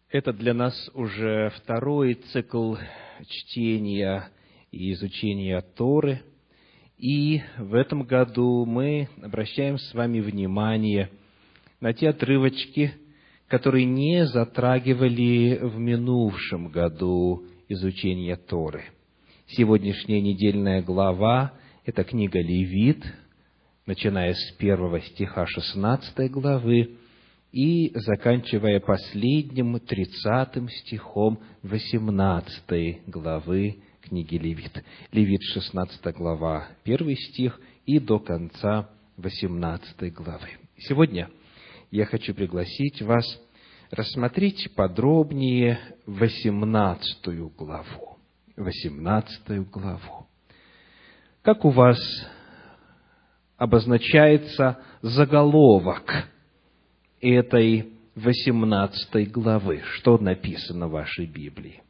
Это для нас уже второй цикл чтения и изучения Торы. И в этом году мы обращаем с вами внимание на те отрывочки, которые не затрагивали в минувшем году изучения Торы. Сегодняшняя недельная глава – это книга Левит, начиная с 1 стиха 16 главы, и заканчивая последним 30 стихом 18 главы книги Левит. Левит 16 глава, 1 стих, и до конца 18 главы. Сегодня я хочу пригласить вас рассмотреть подробнее 18 главу. 18 главу. Как у вас обозначается заголовок этой 18 главы? Что написано в вашей Библии?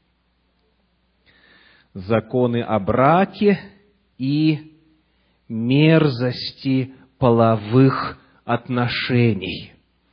Законы о браке и мерзости половых отношений.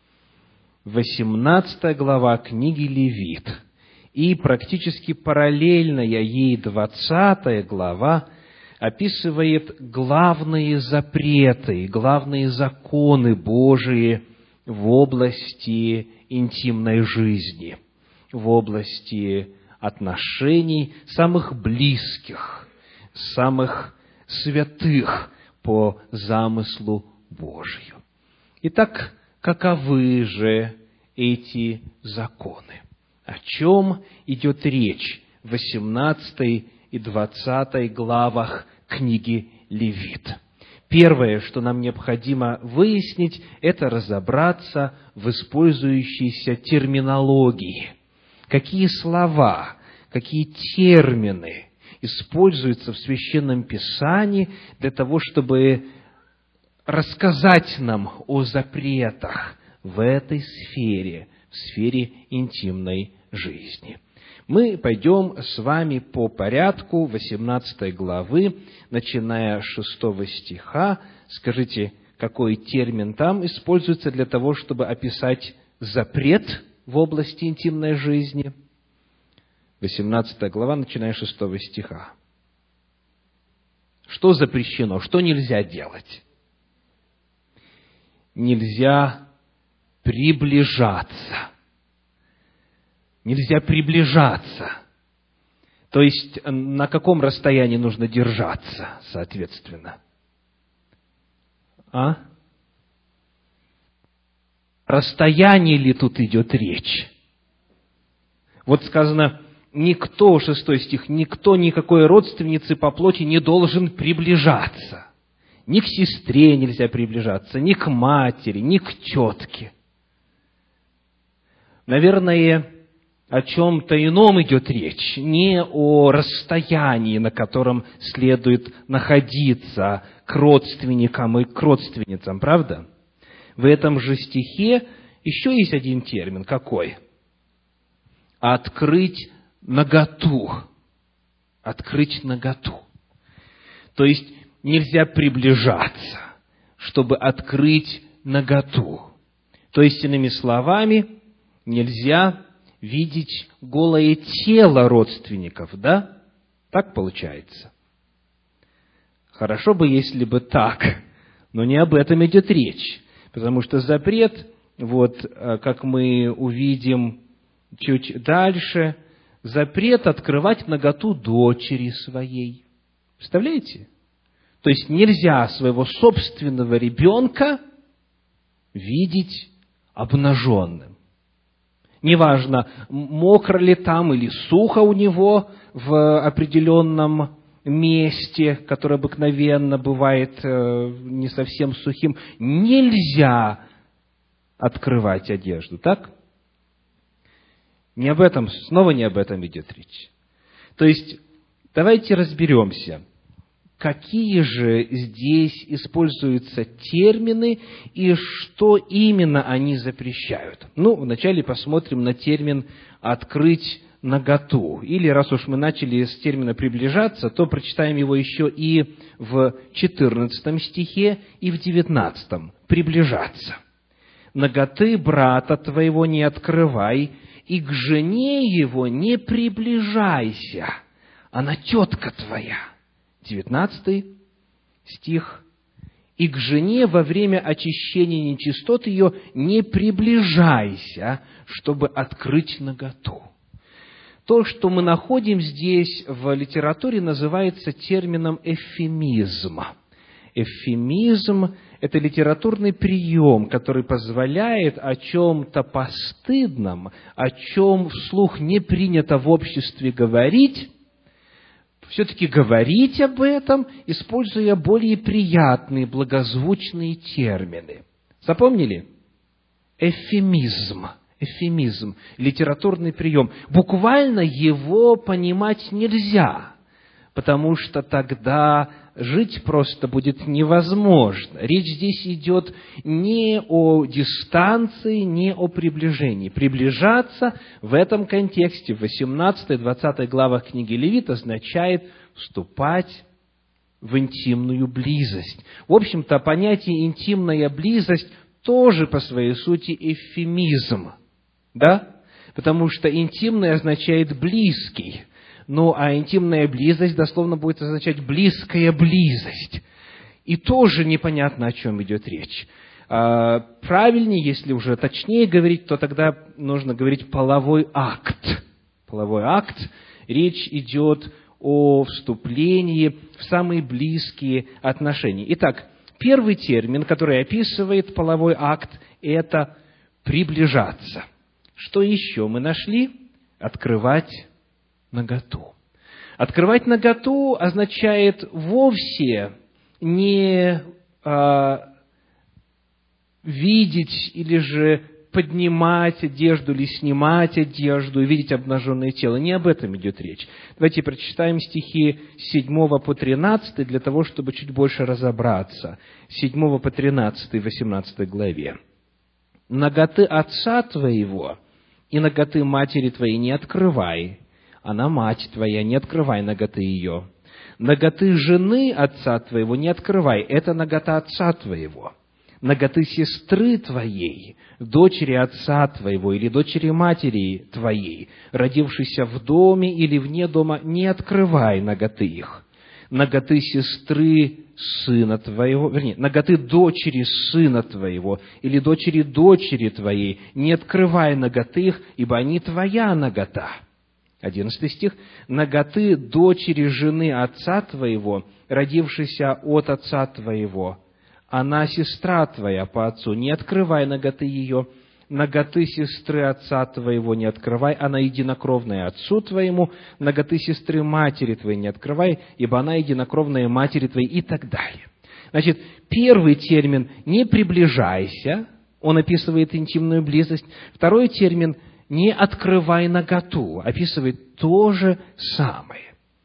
18 глава книги Левит и практически параллельная ей 20 глава описывает главные запреты, главные законы Божии в области интимной жизни, в области отношений самых близких, самых святых по замыслу Божию. Итак, каковы же эти законы? О чем идет речь в 18 и 20 главах книги Левит? Первое, что нам необходимо выяснить, это разобраться в использующейся терминологии. Какие слова, какие термины используются в Священном Писании для того, чтобы рассказать нам о запретах в этой сфере, в сфере интимной жизни. Мы пойдем с вами по порядку 18 главы, начиная с 6 стиха. Скажите, какой термин там используется для того, чтобы описать запрет в области интимной жизни? 18 глава, начиная с 6 стиха. Что запрещено, что нельзя делать? Нельзя приближаться. Нельзя приближаться. То есть, на каком расстоянии нужно держаться, соответственно? Расстояние ли тут идет речь? Вот сказано, никто, 6 стих, никто, никакой родственницы по плоти не должен приближаться. Ни к сестре нельзя приближаться, ни к матери, ни к тетке. Наверное, о чем-то ином идет речь, не о расстоянии, на котором следует находиться к родственникам и к родственницам, правда? В этом же стихе еще есть один термин. Какой? Открыть наготу. Открыть наготу. То есть, нельзя приближаться, чтобы открыть наготу. То есть, иными словами, нельзя видеть голое тело родственников, да? Так получается. Хорошо бы, если бы так, но не об этом идет речь. Потому что запрет, как мы увидим чуть дальше, запрет открывать наготу дочери своей. Представляете? То есть нельзя своего собственного ребенка видеть обнаженным. Неважно, мокро ли там или сухо у него в определенном месте, которое обыкновенно бывает не совсем сухим, нельзя открывать одежду, так? Не об этом, снова не об этом идет речь. То есть, давайте разберемся, какие же здесь используются термины и что именно они запрещают. Вначале посмотрим на термин «открыть наготу». Или, раз уж мы начали с термина «приближаться», то прочитаем его еще и в 14 стихе, и в 19. «Приближаться. Наготы брата твоего не открывай, и к жене его не приближайся, она тетка твоя». 19 стих. «И к жене во время очищения нечистот ее не приближайся, чтобы открыть наготу». То, что мы находим здесь в литературе, называется термином эвфемизм. Эвфемизм – это литературный прием, который позволяет о чем-то постыдном, о чем вслух не принято в обществе говорить, все-таки говорить об этом, используя более приятные, благозвучные термины. Запомнили? Эвфемизм. Эвфемизм, литературный прием. Буквально его понимать нельзя, потому что тогда жить просто будет невозможно. Речь здесь идет не о дистанции, не о приближении. Приближаться в этом контексте, в 18-20 главах книги Левит, означает вступать в интимную близость. В общем-то, понятие «интимная близость» тоже по своей сути эвфемизм. Да? Потому что интимный означает близкий. Ну, а интимная близость дословно будет означать близкая близость. И тоже непонятно, о чем идет речь. Правильнее, если уже точнее говорить, то тогда нужно говорить половой акт. Половой акт. Речь идет о вступлении в самые близкие отношения. Итак, первый термин, который описывает половой акт, это приближаться. Что еще мы нашли? Открывать наготу. Открывать наготу означает вовсе не видеть или же поднимать одежду или снимать одежду и видеть обнаженное тело. Не об этом идет речь. Давайте прочитаем стихи с 7 по 13 для того, чтобы чуть больше разобраться. С 7 по 13 в 18 главе. «Наготы отца твоего и наготы матери твоей не открывай, она мать твоя, не открывай наготы ее. Наготы жены отца твоего не открывай, это нагота отца твоего. Наготы сестры твоей, дочери отца твоего или дочери матери твоей, родившейся в доме или вне дома, не открывай наготы их. Наготы сестры сына твоего, наготы дочери сына твоего или дочери дочери твоей, не открывай наготы их, ибо они твоя нагота». 11 стих. «Наготы дочери жены отца твоего, родившейся от отца твоего, она сестра твоя по отцу, не открывай наготы ее. Наготы сестры отца твоего не открывай, она единокровная отцу твоему. Наготы сестры матери твоей не открывай, ибо она единокровная матери твоей», и так далее. Значит, первый термин «не приближайся», он описывает интимную близость. Второй термин «не открывай наготу» описывает то же самое.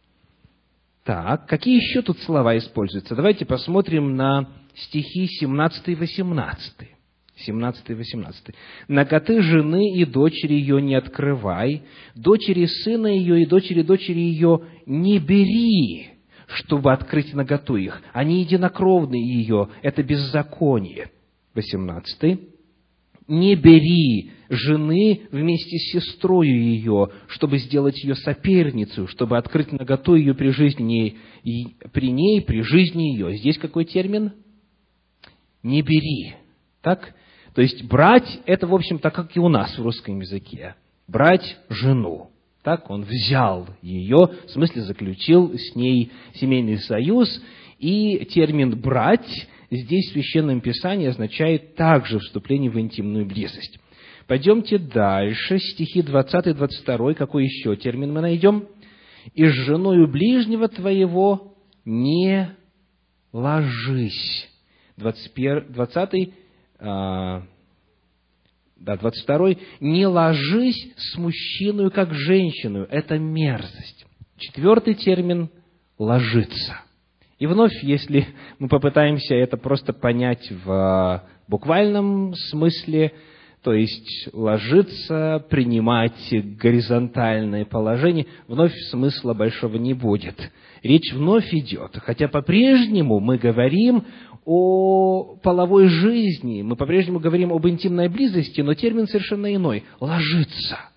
Так, какие еще тут слова используются? Давайте посмотрим на стихи 17 и 18. 17 и 18. «Наготы жены и дочери ее не открывай, дочери сына ее и дочери дочери ее не бери, чтобы открыть наготу их. Они единокровные ее, это беззаконие». 18. «Не бери жены вместе с сестрою ее, чтобы сделать ее соперницей, чтобы открыть наготу ее при жизни, при ней, при жизни ее». Здесь какой термин? «Не бери». Так? То есть, брать, это, в общем-то, как и у нас в русском языке. Брать жену. Так? Он взял ее, в смысле, заключил с ней семейный союз. И термин «брать» здесь в Священном Писании означает также вступление в интимную близость. Пойдемте дальше. Стихи 20-22. Какой еще термин мы найдем? «И с женою ближнего твоего не ложись». 22. «Не ложись с мужчиной, как женщину». Это мерзость. 4 термин – «ложиться». И вновь, если мы попытаемся это просто понять в буквальном смысле, то есть ложиться, принимать горизонтальное положение, вновь смысла большого не будет. Речь вновь идет, хотя по-прежнему мы говорим о половой жизни, мы по-прежнему говорим об интимной близости, но термин совершенно иной – ложиться.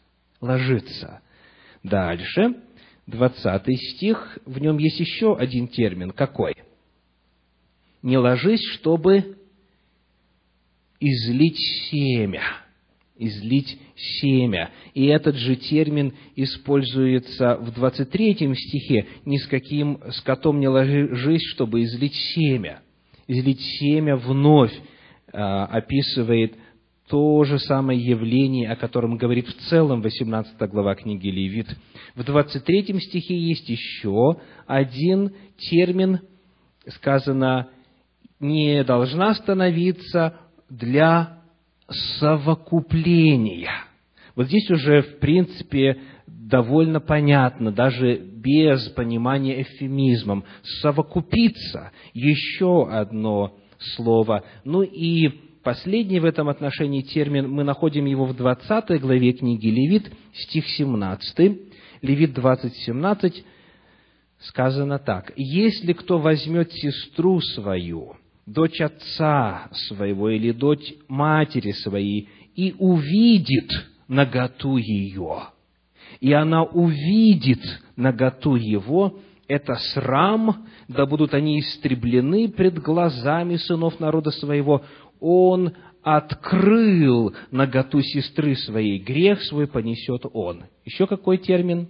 ложиться. Дальше, 20 стих, в нем есть еще один термин. Какой? Не ложись, чтобы излить семя. Излить семя. И этот же термин используется в 23 стихе. Ни с каким скотом не ложись, чтобы излить семя. Излить семя вновь описывает то же самое явление, о котором говорит в целом 18 глава книги Левит. В 23 стихе есть еще один термин, сказано, не должна становиться для совокупления. Вот здесь уже, в принципе, довольно понятно, даже без понимания эвфемизмом. Совокупиться – еще одно слово. Ну и последний в этом отношении термин, мы находим его в 20 главе книги Левит, стих 17. Левит 20:17 сказано так. «Если кто возьмет сестру свою, дочь отца своего или дочь матери своей, и увидит наготу ее, и она увидит наготу его, это срам, да будут они истреблены пред глазами сынов народа своего, он открыл наготу сестры своей, грех свой понесет он». Еще какой термин?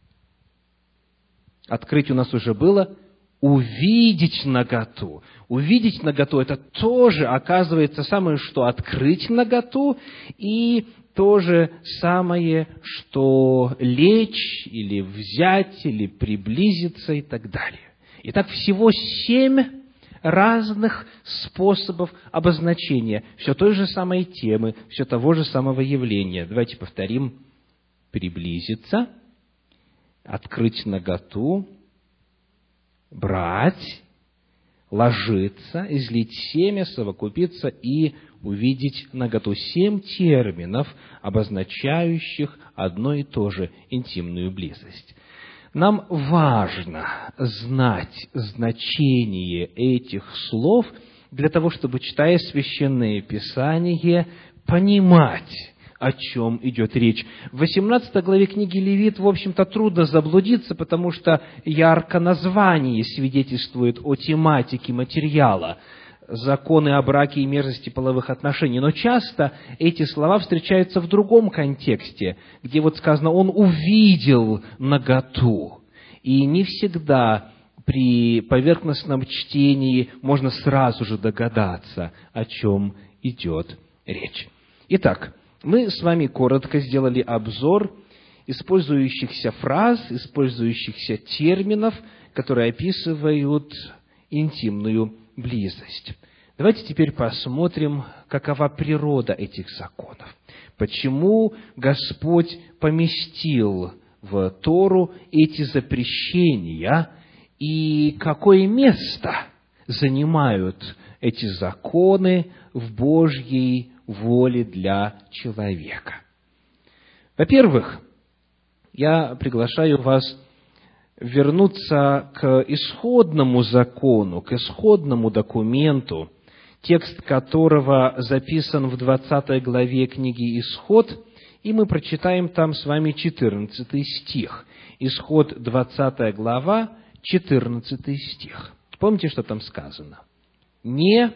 Открыть у нас уже было. Увидеть наготу. Увидеть наготу – это тоже, оказывается, самое, что открыть наготу, и то же самое, что лечь, или взять, или приблизиться, и так далее. Итак, всего 7 разных способов обозначения все той же самой темы, все того же самого явления. Давайте повторим. Приблизиться, открыть наготу, брать, ложиться, излить семя, совокупиться и увидеть наготу. 7 терминов, обозначающих одно и то же – интимную близость. Нам важно знать значение этих слов для того, чтобы, читая Священное Писание, понимать, о чем идет речь. В 18 главе книги Левит, в общем-то, трудно заблудиться, потому что ярко название свидетельствует о тематике материала, законы о браке и мерзости половых отношений. Но часто эти слова встречаются в другом контексте, где вот сказано «он увидел наготу». И не всегда при поверхностном чтении можно сразу же догадаться, о чем идет речь. Итак, мы с вами коротко сделали обзор использующихся фраз, использующихся терминов, которые описывают интимную близость. Давайте теперь посмотрим, какова природа этих законов. Почему Господь поместил в Тору эти запрещения и какое место занимают эти законы в Божьей воле для человека. Во-первых, я приглашаю вас вернуться к исходному закону, к исходному документу, текст которого записан в 20 главе книги «Исход», и мы прочитаем там с вами 14 стих. Исход, 20 глава, 14 стих. Помните, что там сказано? «Не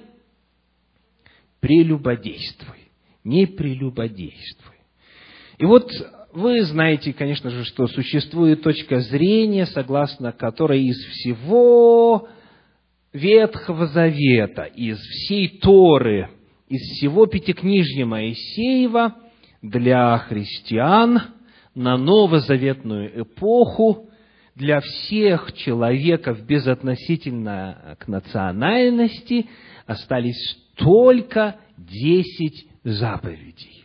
прелюбодействуй, не прелюбодействуй». И вот вы знаете, конечно же, что существует точка зрения, согласно которой из всего Ветхого Завета, из всей Торы, из всего Пятикнижья Моисеева для христиан на новозаветную эпоху, для всех человеков безотносительно к национальности остались только 10 заповедей.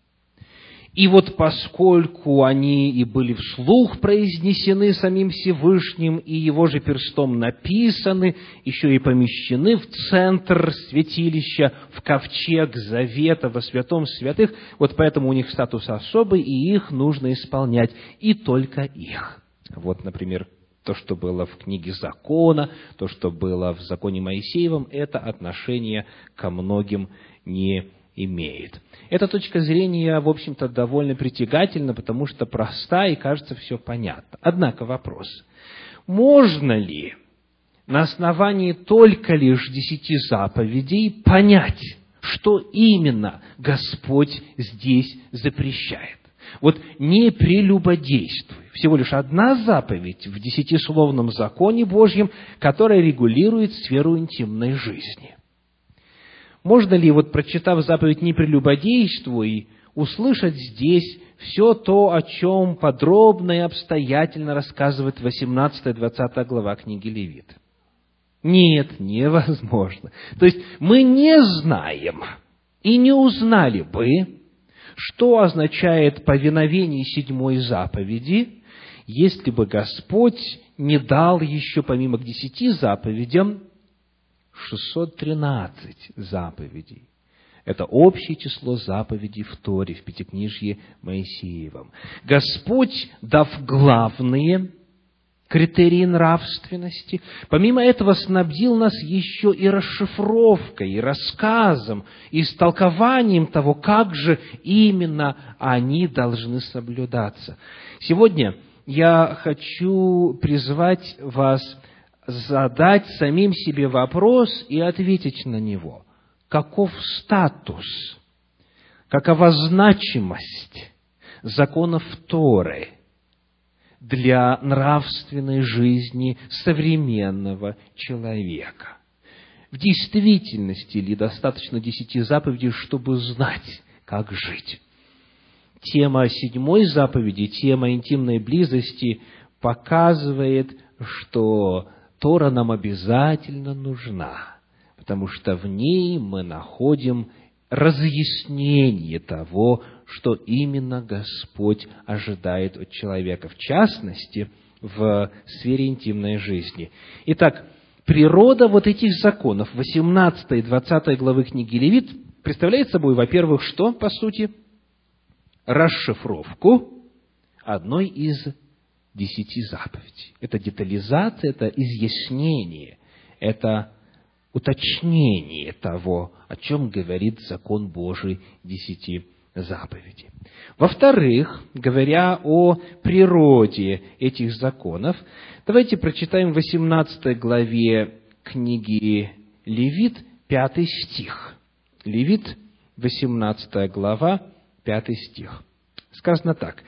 И вот поскольку они и были вслух произнесены самим Всевышним, и Его же перстом написаны, еще и помещены в центр святилища, в ковчег завета, во святом святых, вот поэтому у них статус особый, и их нужно исполнять, и только их. Вот, например, то, что было в книге Закона, то, что было в законе Моисеевом, это отношение ко многим не имеет. Эта точка зрения, в общем-то, довольно притягательна, потому что проста и, кажется, все понятно. Однако вопрос: можно ли на основании только лишь 10 заповедей понять, что именно Господь здесь запрещает? Вот не прелюбодействуй. Всего лишь одна заповедь в 10-словном законе Божьем, которая регулирует сферу интимной жизни. Можно ли, вот прочитав заповедь «не прелюбодействуй», услышать здесь все то, о чем подробно и обстоятельно рассказывает 18-20 глава книги Левит? Нет, невозможно. То есть мы не знаем и не узнали бы, что означает повиновение 7 заповеди, если бы Господь не дал еще, помимо к 10 заповедям, 613 заповедей. Это общее число заповедей в Торе, в Пятикнижье Моисеевом. Господь, дав главные критерии нравственности, помимо этого снабдил нас еще и расшифровкой, и рассказом, и истолкованием того, как же именно они должны соблюдаться. Сегодня я хочу призвать вас задать самим себе вопрос и ответить на него. Каков статус, какова значимость законов Торы для нравственной жизни современного человека? В действительности ли достаточно 10 заповедей, чтобы знать, как жить? Тема 7 заповеди, тема интимной близости показывает, что Тора нам обязательно нужна, потому что в ней мы находим разъяснение того, что именно Господь ожидает от человека, в частности, в сфере интимной жизни. Итак, природа вот этих законов 18 и 20 главы книги Левит представляет собой, во-первых, что, по сути? Расшифровку одной из 10 заповедей. Это детализация, это изъяснение, это уточнение того, о чем говорит закон Божий 10 заповедей. Во-вторых, говоря о природе этих законов, давайте прочитаем в 18 главе книги Левит 5 стих. Левит, 18 глава, 5 стих. Сказано так: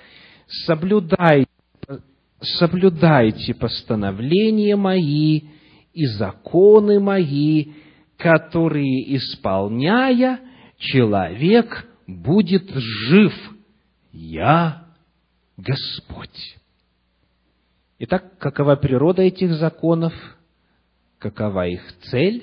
«Соблюдайте постановления мои и законы мои, которые, исполняя, человек будет жив. Я Господь». Итак, какова природа этих законов? Какова их цель?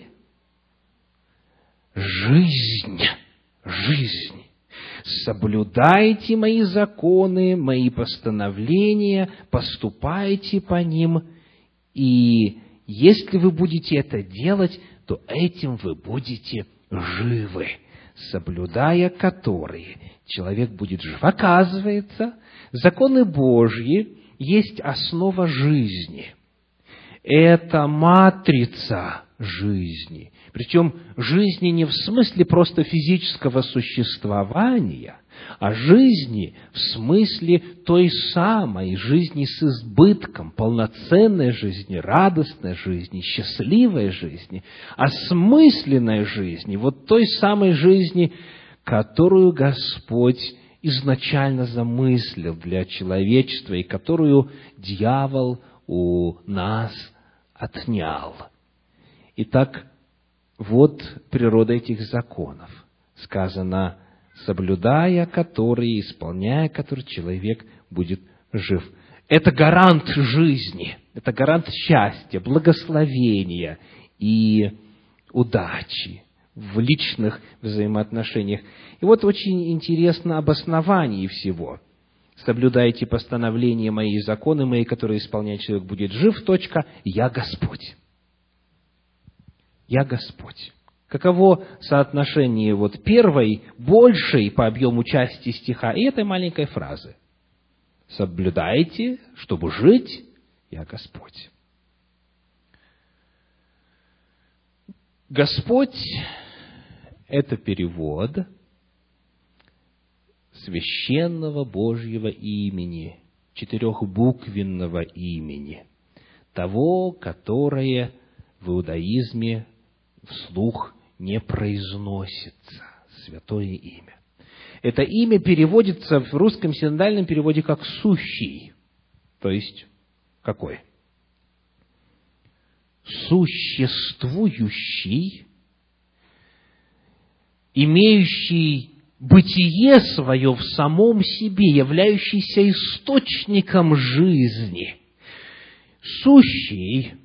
Жизнь. Жизнь. «Соблюдайте мои законы, мои постановления, поступайте по ним, и если вы будете это делать, то этим вы будете живы, соблюдая которые человек будет жив». Оказывается, законы Божьи есть основа жизни. Это матрица жизни. Причем жизни не в смысле просто физического существования, а жизни в смысле той самой жизни с избытком, полноценной жизни, радостной жизни, счастливой жизни, осмысленной жизни, вот той самой жизни, которую Господь изначально замыслил для человечества и которую дьявол у нас отнял. Итак, вот природа этих законов. Сказано: соблюдая которые, исполняя которые, человек будет жив. Это гарант жизни, это гарант счастья, благословения и удачи в личных взаимоотношениях. И вот очень интересно обоснование всего. «Соблюдайте постановления мои и законы мои, которые исполняет человек, будет жив. Я Господь». «Я Господь». Каково соотношение вот первой, большей по объему части стиха и этой маленькой фразы? «Соблюдайте, чтобы жить, я Господь». Господь – это перевод, священного Божьего имени, четырехбуквенного имени, того, которое в иудаизме вслух не произносится, святое имя. Это имя переводится в русском синодальном переводе как «сущий». То есть, какой? Существующий, имеющий бытие свое в самом себе, являющийся источником жизни. Сущий,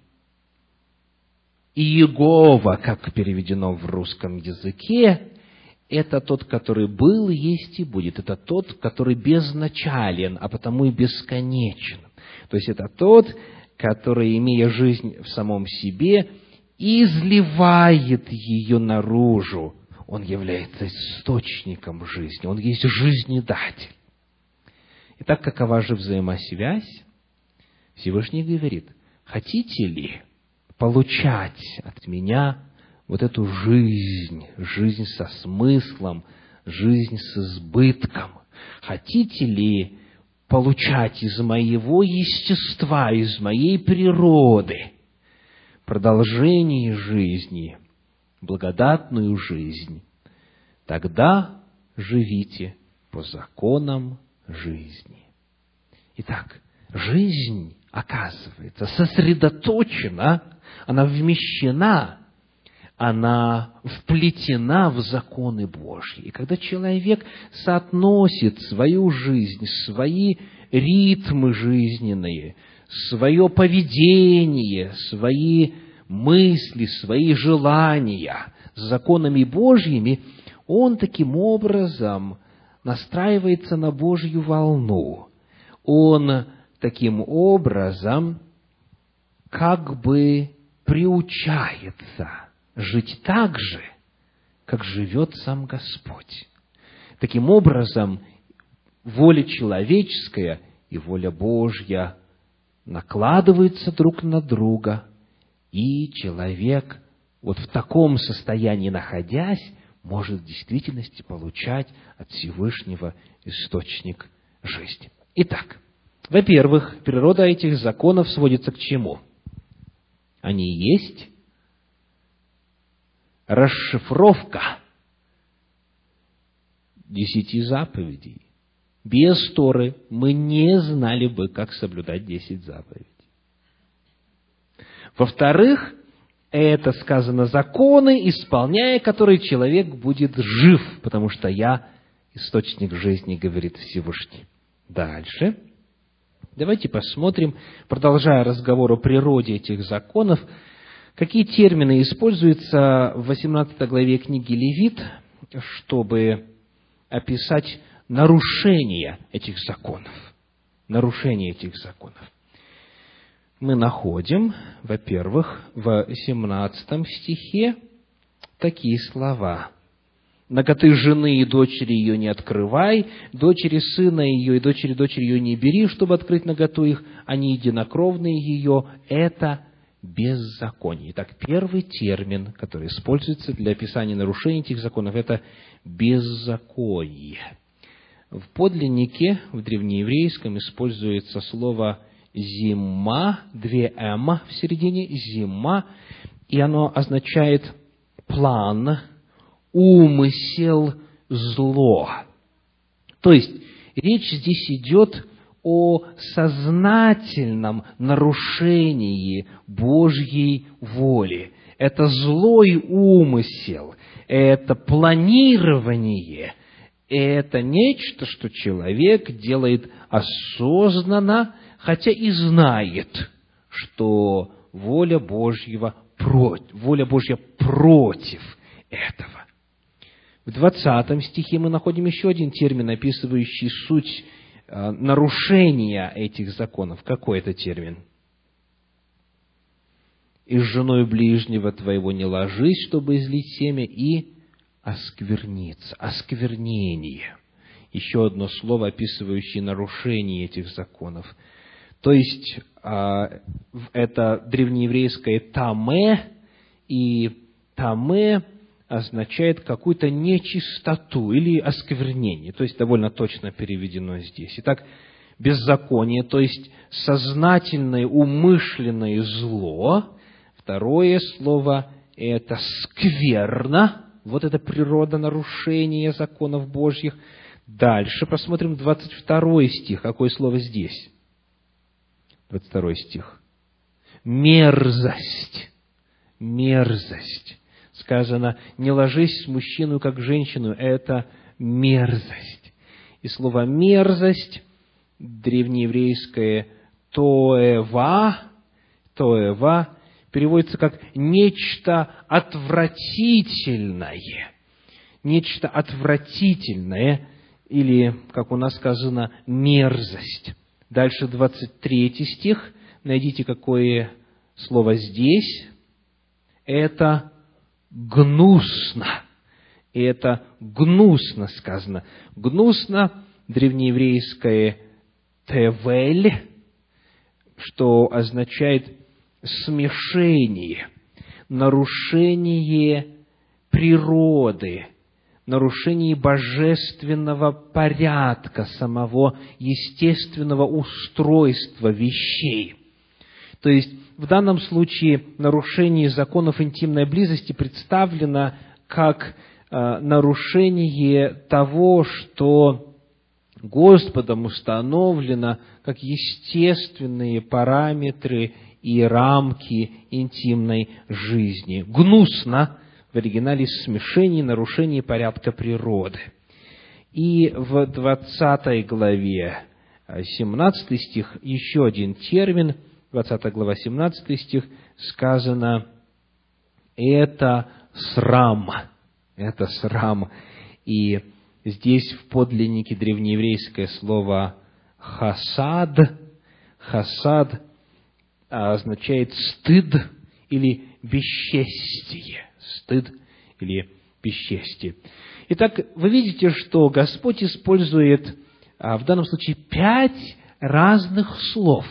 Иегова, как переведено в русском языке, это тот, который был, есть и будет. Это тот, который безначален, а потому и бесконечен. То есть это тот, который, имея жизнь в самом себе, изливает ее наружу. Он является источником жизни, он есть жизнедатель. Итак, какова же взаимосвязь? Всевышний говорит: хотите ли получать от меня вот эту жизнь, жизнь со смыслом, жизнь с избытком? Хотите ли получать из моего естества, из моей природы продолжение жизни, благодатную жизнь? Тогда живите по законам жизни. Итак, жизнь, оказывается, сосредоточена, она вмещена, она вплетена в законы Божьи. И когда человек соотносит свою жизнь, свои ритмы жизненные, свое поведение, свои мысли, свои желания с законами Божьими, он таким образом настраивается на Божью волну. Он таким образом как бы приучается жить так же, как живет сам Господь. Таким образом, воля человеческая и воля Божья накладываются друг на друга, и человек, вот в таком состоянии находясь, может в действительности получать от Всевышнего источник жизни. Итак, во-первых, природа этих законов сводится к чему? Они есть расшифровка 10 заповедей. Без Торы мы не знали бы, как соблюдать 10 заповедей. Во-вторых, это сказано законы, исполняя которые человек будет жив, потому что я источник жизни, говорит Всевышний. Дальше. Давайте посмотрим, продолжая разговор о природе этих законов, какие термины используются в 18 главе книги Левит, чтобы описать нарушение этих законов. Нарушение этих законов. Мы находим, во-первых, в 17 стихе такие слова: «Наготы жены и дочери ее не открывай, дочери сына ее и дочери ее не бери, чтобы открыть наготу их, они единокровные ее». Это беззаконие. Итак, первый термин, который используется для описания нарушений этих законов, это беззаконие. В подлиннике, в древнееврейском, используется слово «зима», 2 «м» в середине, «зима», и оно означает план, умысел, зло. То есть, речь здесь идет о сознательном нарушении Божьей воли. Это злой умысел, это планирование, это нечто, что человек делает осознанно, хотя и знает, что воля Божья против этого. В 20 стихе мы находим еще один термин, описывающий суть нарушения этих законов. Какой это термин? «И с женой ближнего твоего не ложись, чтобы излить семя, и оскверниться». Осквернение. Еще одно слово, описывающее нарушение этих законов. То есть, это древнееврейское «таме», и «таме» означает какую-то нечистоту или осквернение, то есть довольно точно переведено здесь. Итак, беззаконие, то есть сознательное, умышленное зло. Второе слово – это скверно, вот это природа нарушения законов Божьих. Дальше посмотрим 22 стих. Какое слово здесь? 22 стих. Мерзость. Мерзость. Сказано, не ложись с мужчиной, как женщину. Это мерзость. И слово мерзость, древнееврейское тоэва, переводится как нечто отвратительное. Нечто отвратительное, или, как у нас сказано, мерзость. Дальше 23 стих. Найдите, какое слово здесь. Это гнусно. И это гнусно сказано. Гнусно, древнееврейское тевель, что означает смешение, нарушение природы, нарушение божественного порядка, самого естественного устройства вещей. То есть, в данном случае нарушение законов интимной близости представлено как нарушение того, что Господом установлено как естественные параметры и рамки интимной жизни. Гнусно в оригинале смешение, нарушение порядка природы. И в 20 главе 17 стих еще один термин, 20 глава 17 стих, сказано «это срам». Это срам. И здесь в подлиннике древнееврейское слово «хасад». «Хасад» означает «стыд» или «бесчестие». Стыд или бесчестие. Итак, вы видите, что Господь использует в данном случае 5 разных слов.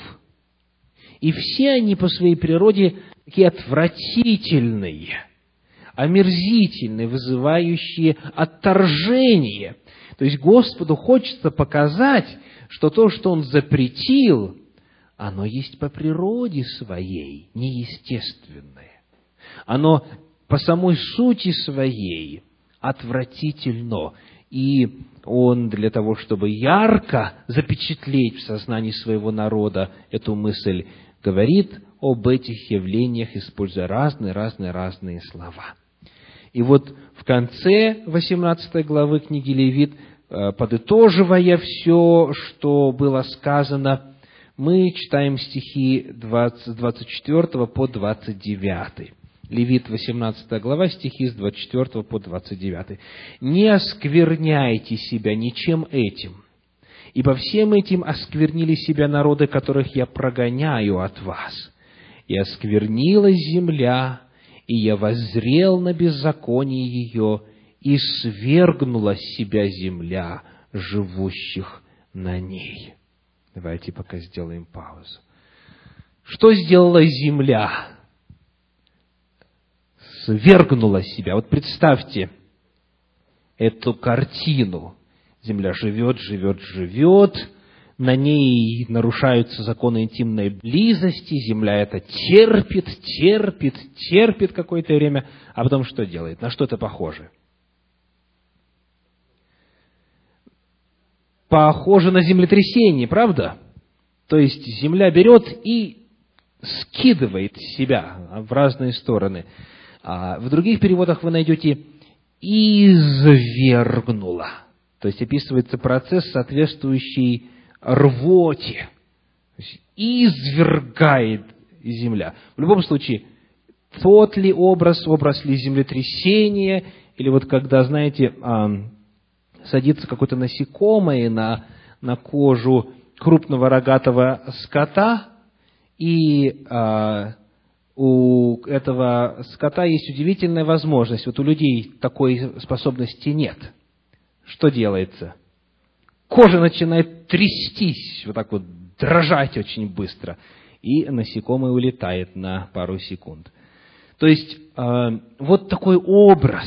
И все они по своей природе такие отвратительные, омерзительные, вызывающие отторжение. То есть Господу хочется показать, что то, что Он запретил, оно есть по природе своей, неестественное. Оно по самой сути своей отвратительно. И Он для того, чтобы ярко запечатлеть в сознании своего народа эту мысль, говорит об этих явлениях, используя разные слова. И вот в конце 18 главы книги Левит, подытоживая все, что было сказано, мы читаем стихи с 24 по 29. Левит, 18 глава, стихи с 24 по 29. «Не оскверняйте себя ничем этим, ибо всем этим осквернили себя народы, которых я прогоняю от вас. И осквернилась земля, и я воззрел на беззаконие ее, и свергнула с себя земля живущих на ней». Давайте пока сделаем паузу. Что сделала земля? Свергнула себя. Вот представьте эту картину. Земля живет, на ней нарушаются законы интимной близости, земля это терпит какое-то время, а потом что делает? На что это похоже? Похоже на землетрясение, правда? То есть земля берет и скидывает себя в разные стороны. А в других переводах вы найдете «извергнула». То есть описывается процесс, соответствующий рвоте. То есть извергает земля. В любом случае, тот ли образ ли землетрясения, или вот когда, знаете, садится какое-то насекомое на кожу крупного рогатого скота, и у этого скота есть удивительная возможность. Вот у людей такой способности нет. Что делается? Кожа начинает трястись, вот так вот дрожать очень быстро, и насекомое улетает на пару секунд. То есть, вот такой образ.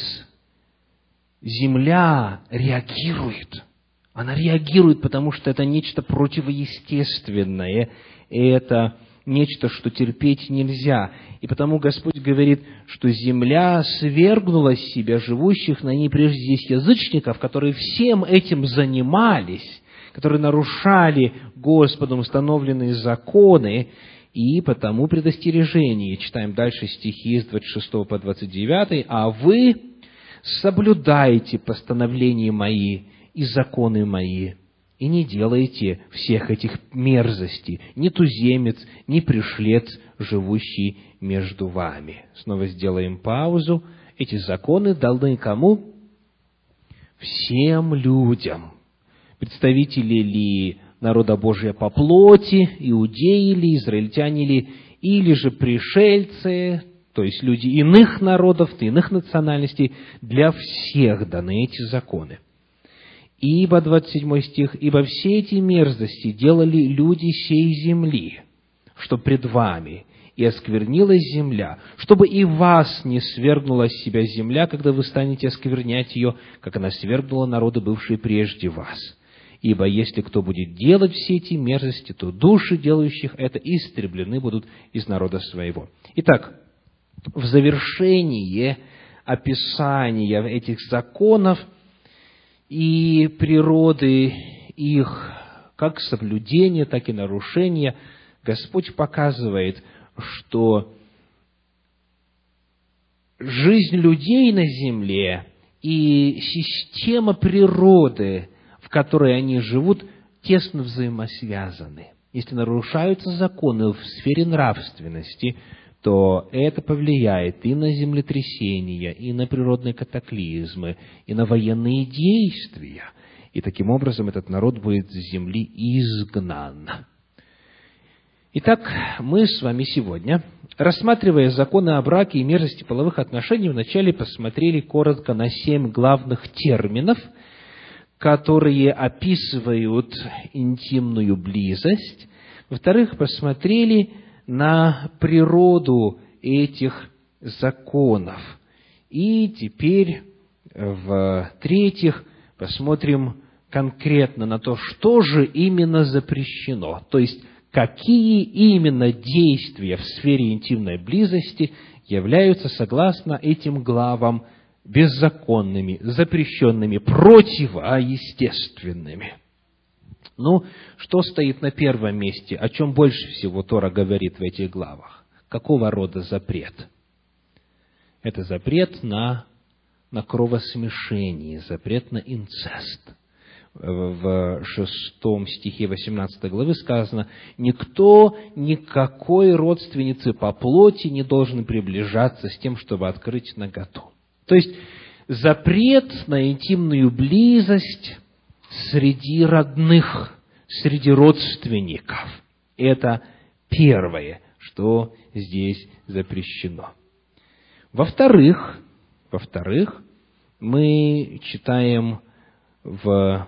Земля реагирует. Она реагирует, потому что это нечто противоестественное. Это нечто, что терпеть нельзя. И потому Господь говорит, что земля свергнула с себя живущих на ней прежде здесь язычников, которые всем этим занимались, которые нарушали Господом установленные законы, и потому предостережение. Читаем дальше стихи с 26 по 29. «А вы соблюдайте постановления мои и законы мои, и не делайте всех этих мерзостей, ни туземец, ни пришлец, живущий между вами». Снова сделаем паузу. Эти законы даны кому? Всем людям. Представители ли народа Божия по плоти, иудеи ли, израильтяне ли, или же пришельцы, то есть люди иных народов, иных национальностей, для всех даны эти законы. Ибо, 27 стих, «Ибо все эти мерзости делали люди сей земли, что пред вами, и осквернилась земля, чтобы и вас не свергнула с себя земля, когда вы станете осквернять ее, как она свергнула народы, бывшие прежде вас. Ибо если кто будет делать все эти мерзости, то души делающих это истреблены будут из народа своего». Итак, в завершение описания этих законов и природы их, как соблюдения, так и нарушения, Господь показывает, что жизнь людей на земле и система природы, в которой они живут, тесно взаимосвязаны. Если нарушаются законы в сфере нравственности, то это повлияет и на землетрясения, и на природные катаклизмы, и на военные действия. И таким образом этот народ будет с земли изгнан. Итак, мы с вами сегодня, рассматривая законы о браке и мерзости половых отношений, вначале посмотрели коротко на 7 главных терминов, которые описывают интимную близость. Во-вторых, посмотрели на природу этих законов. И теперь, в-третьих, посмотрим конкретно на то, что же именно запрещено. То есть, какие именно действия в сфере интимной близости являются, согласно этим главам, беззаконными, запрещенными, противоестественными. Ну, что стоит на первом месте? О чем больше всего Тора говорит в этих главах? Какого рода запрет? Это запрет на кровосмешение, запрет на инцест. В 6 стихе 18 главы сказано: «Никто никакой родственницы по плоти не должен приближаться с тем, чтобы открыть наготу». То есть, запрет на интимную близость среди родных, среди родственников. Это первое, что здесь запрещено. Во-вторых, мы читаем в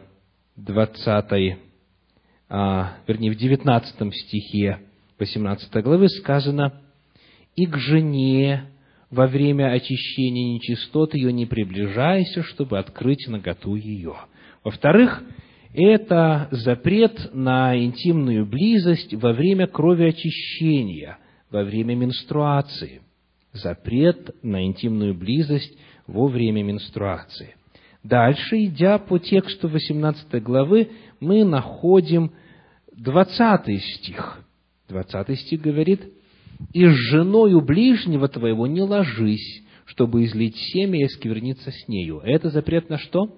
19 стихе 18 главы сказано: «И к жене во время очищения нечистот ее не приближайся, чтобы открыть наготу ее». Во-вторых, это запрет на интимную близость во время кровеочищения, во время менструации. Запрет на интимную близость во время менструации. Дальше, идя по тексту 18 главы, мы находим 20 стих. 20 стих говорит: «И с женою ближнего твоего не ложись, чтобы излить семя и оскверниться с нею». Это запрет на что?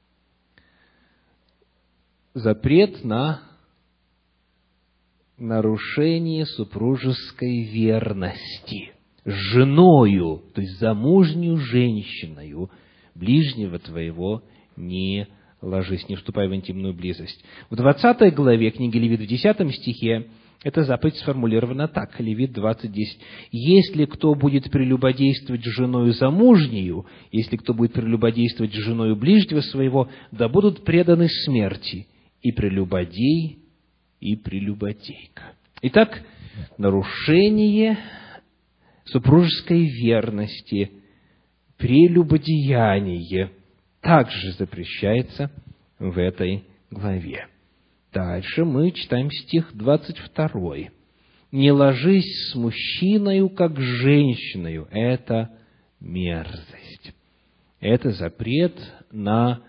Запрет на нарушение супружеской верности. С женою, то есть замужнюю женщиною, ближнего твоего не ложись, не вступай в интимную близость. В 20 главе книги Левит, в 10 стихе, эта заповедь сформулирована так, Левит 20:10. «Если кто будет прелюбодействовать с женою замужнею, если кто будет прелюбодействовать с женою ближнего своего, да будут преданы смерти и прелюбодей, и прелюбодейка». Итак, нарушение супружеской верности, прелюбодеяние также запрещается в этой главе. Дальше мы читаем стих 22. «Не ложись с мужчиною, как с женщиною». Это мерзость. Это запрет на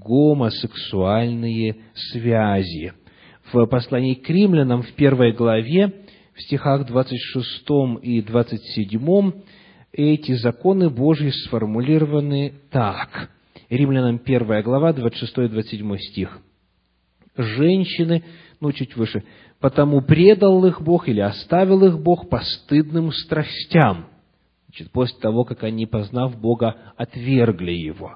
гомосексуальные связи. В послании к римлянам в 1 главе, в стихах 26 и 27, эти законы Божьи сформулированы так. Римлянам 1 глава, 26 и 27 стих. «Женщины», чуть выше, «потому предал их Бог или оставил их Бог постыдным страстям». После того, как они, познав Бога, отвергли Его.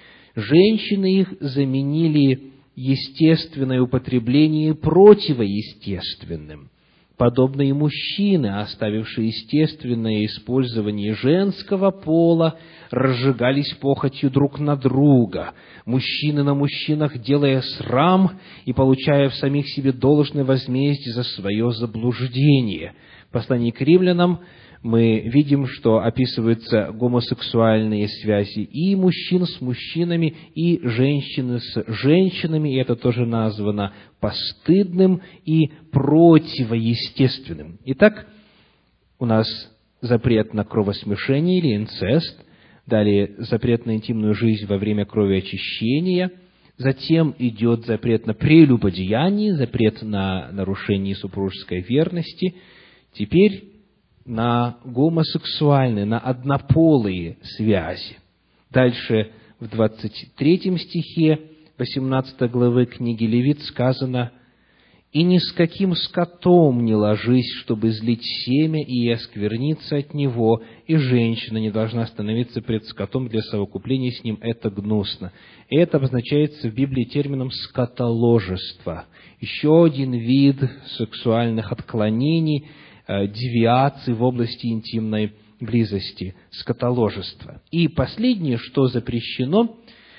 Женщины их заменили естественное употребление противоестественным, подобно и мужчины, оставившие естественное использование женского пола, разжигались похотью друг на друга, мужчины на мужчинах, делая срам и получая в самих себе должное возмездие за свое заблуждение. В послании к римлянам мы видим, что описываются гомосексуальные связи и мужчин с мужчинами, и женщины с женщинами, и это тоже названо постыдным и противоестественным. Итак, у нас запрет на кровосмешение или инцест, далее запрет на интимную жизнь во время кровеочищения, затем идет запрет на прелюбодеяние, запрет на нарушение супружеской верности, теперь на гомосексуальные, на однополые связи. Дальше в 23 стихе 18 главы книги Левит сказано: «И ни с каким скотом не ложись, чтобы излить семя и оскверниться от него, и женщина не должна становиться пред скотом для совокупления с ним, это гнусно». И это обозначается в Библии термином «скотоложество». Еще один вид сексуальных отклонений, девиаций в области интимной близости, скотоложества. И последнее, что запрещено,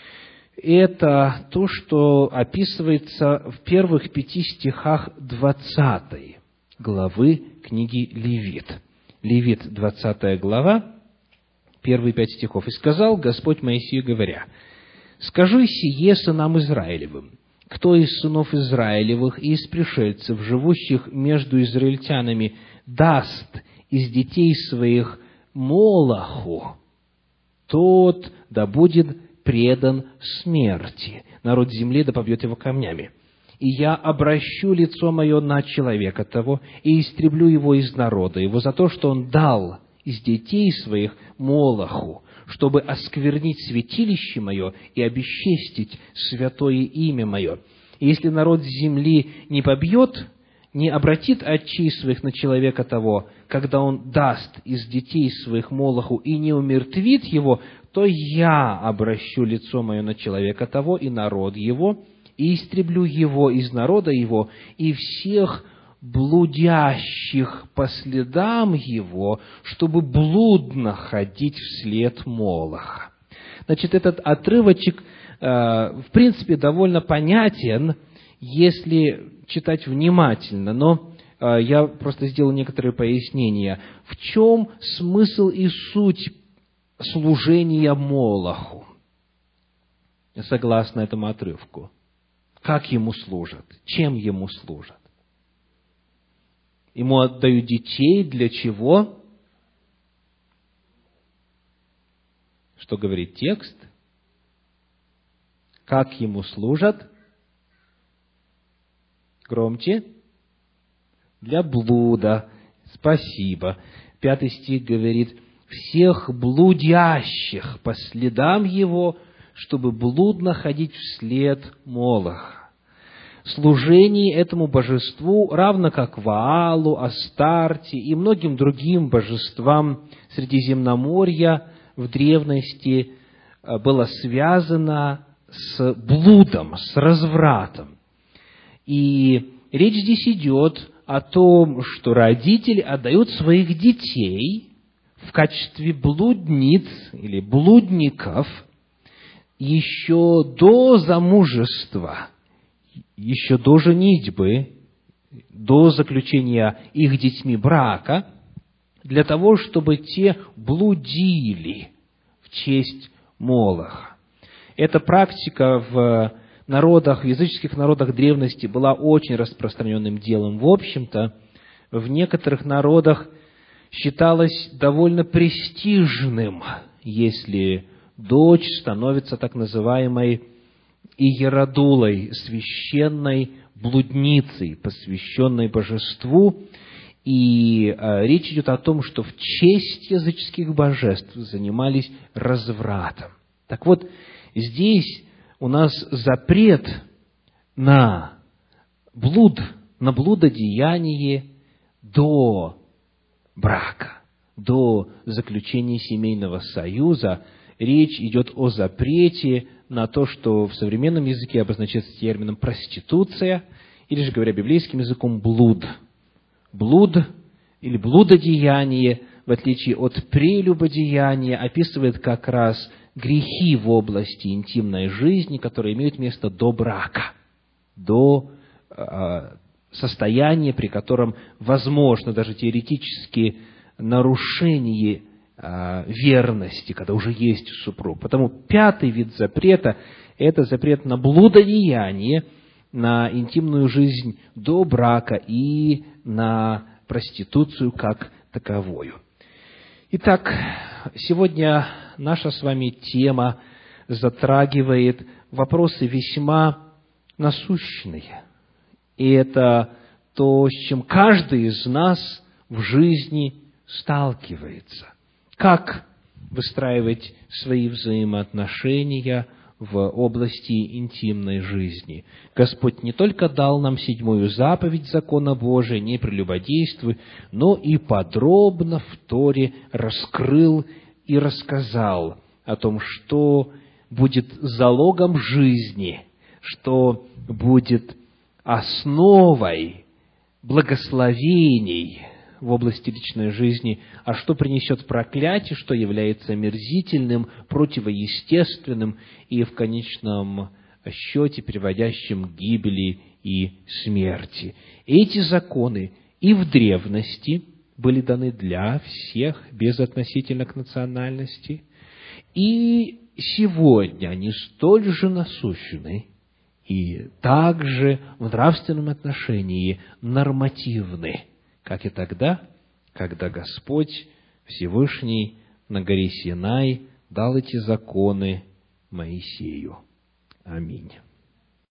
это то, что описывается в первых 5 стихах 20 главы книги Левит. Левит, 20 глава, первые 5 стихов. «И сказал Господь Моисею, говоря: скажи сие сынам Израилевым: кто из сынов Израилевых и из пришельцев, живущих между израильтянами, даст из детей своих Молоху, тот да будет предан смерти. Народ земли да побьет его камнями. И я обращу лицо мое на человека того, и истреблю его из народа его за то, что он дал из детей своих Молоху, чтобы осквернить святилище мое и обесчестить святое имя мое. И если народ земли не побьет, не обратит отчей своих на человека того, когда он даст из детей своих Молоху и не умертвит его, то я обращу лицо мое на человека того и народ его, и истреблю его из народа его, и всех блудящих по следам его, чтобы блудно ходить вслед Молоха». Значит, этот отрывочек, в принципе, довольно понятен, если читать внимательно, но я просто сделал некоторые пояснения. В чем смысл и суть служения Молоху, согласно этому отрывку? Как ему служат? Чем ему служат? Ему отдают детей для чего? Что говорит текст? Как ему служат? Громче. Для блуда. Спасибо. 5 стих говорит: всех блудящих по следам его, чтобы блудно ходить вслед Молоха. Служение этому божеству, равно как Ваалу, Астарте и многим другим божествам Средиземноморья, в древности было связано с блудом, с развратом. И речь здесь идет о том, что родители отдают своих детей в качестве блудниц или блудников еще до замужества, еще до женитьбы, до заключения их детьми брака, для того, чтобы те блудили в честь Молоха. Эта практика в языческих народах древности была очень распространенным делом. В общем-то, в некоторых народах считалось довольно престижным, если дочь становится так называемой иеродулой, священной блудницей, посвященной божеству. И речь идет о том, что в честь языческих божеств занимались развратом. Так вот, здесь у нас запрет на блудодеяние до брака, до заключения семейного союза. Речь идет о запрете на то, что в современном языке обозначается термином проституция, или же, говоря библейским языком, блуд. Блуд или блудодеяние, в отличие от прелюбодеяния, описывает как раз грехи в области интимной жизни, которые имеют место до брака, до состояния, при котором возможно даже теоретически нарушение верности, когда уже есть супруг. Потому 5-й вид запрета – это запрет на блудодеяние, на интимную жизнь до брака и на проституцию как таковую. Итак, сегодня наша с вами тема затрагивает вопросы весьма насущные. И это то, с чем каждый из нас в жизни сталкивается. Как выстраивать свои взаимоотношения в области интимной жизни. Господь не только дал нам 7-ю заповедь закона Божия, не прелюбодействуй, но и подробно в Торе раскрыл и рассказал о том, что будет залогом жизни, что будет основой благословений в области личной жизни, а что принесет проклятие, что является омерзительным, противоестественным и в конечном счете приводящим к гибели и смерти. Эти законы и в древности были даны для всех, безотносительно к национальности, и сегодня они столь же насущны и также в нравственном отношении нормативны, как и тогда, когда Господь Всевышний на горе Синай дал эти законы Моисею. Аминь.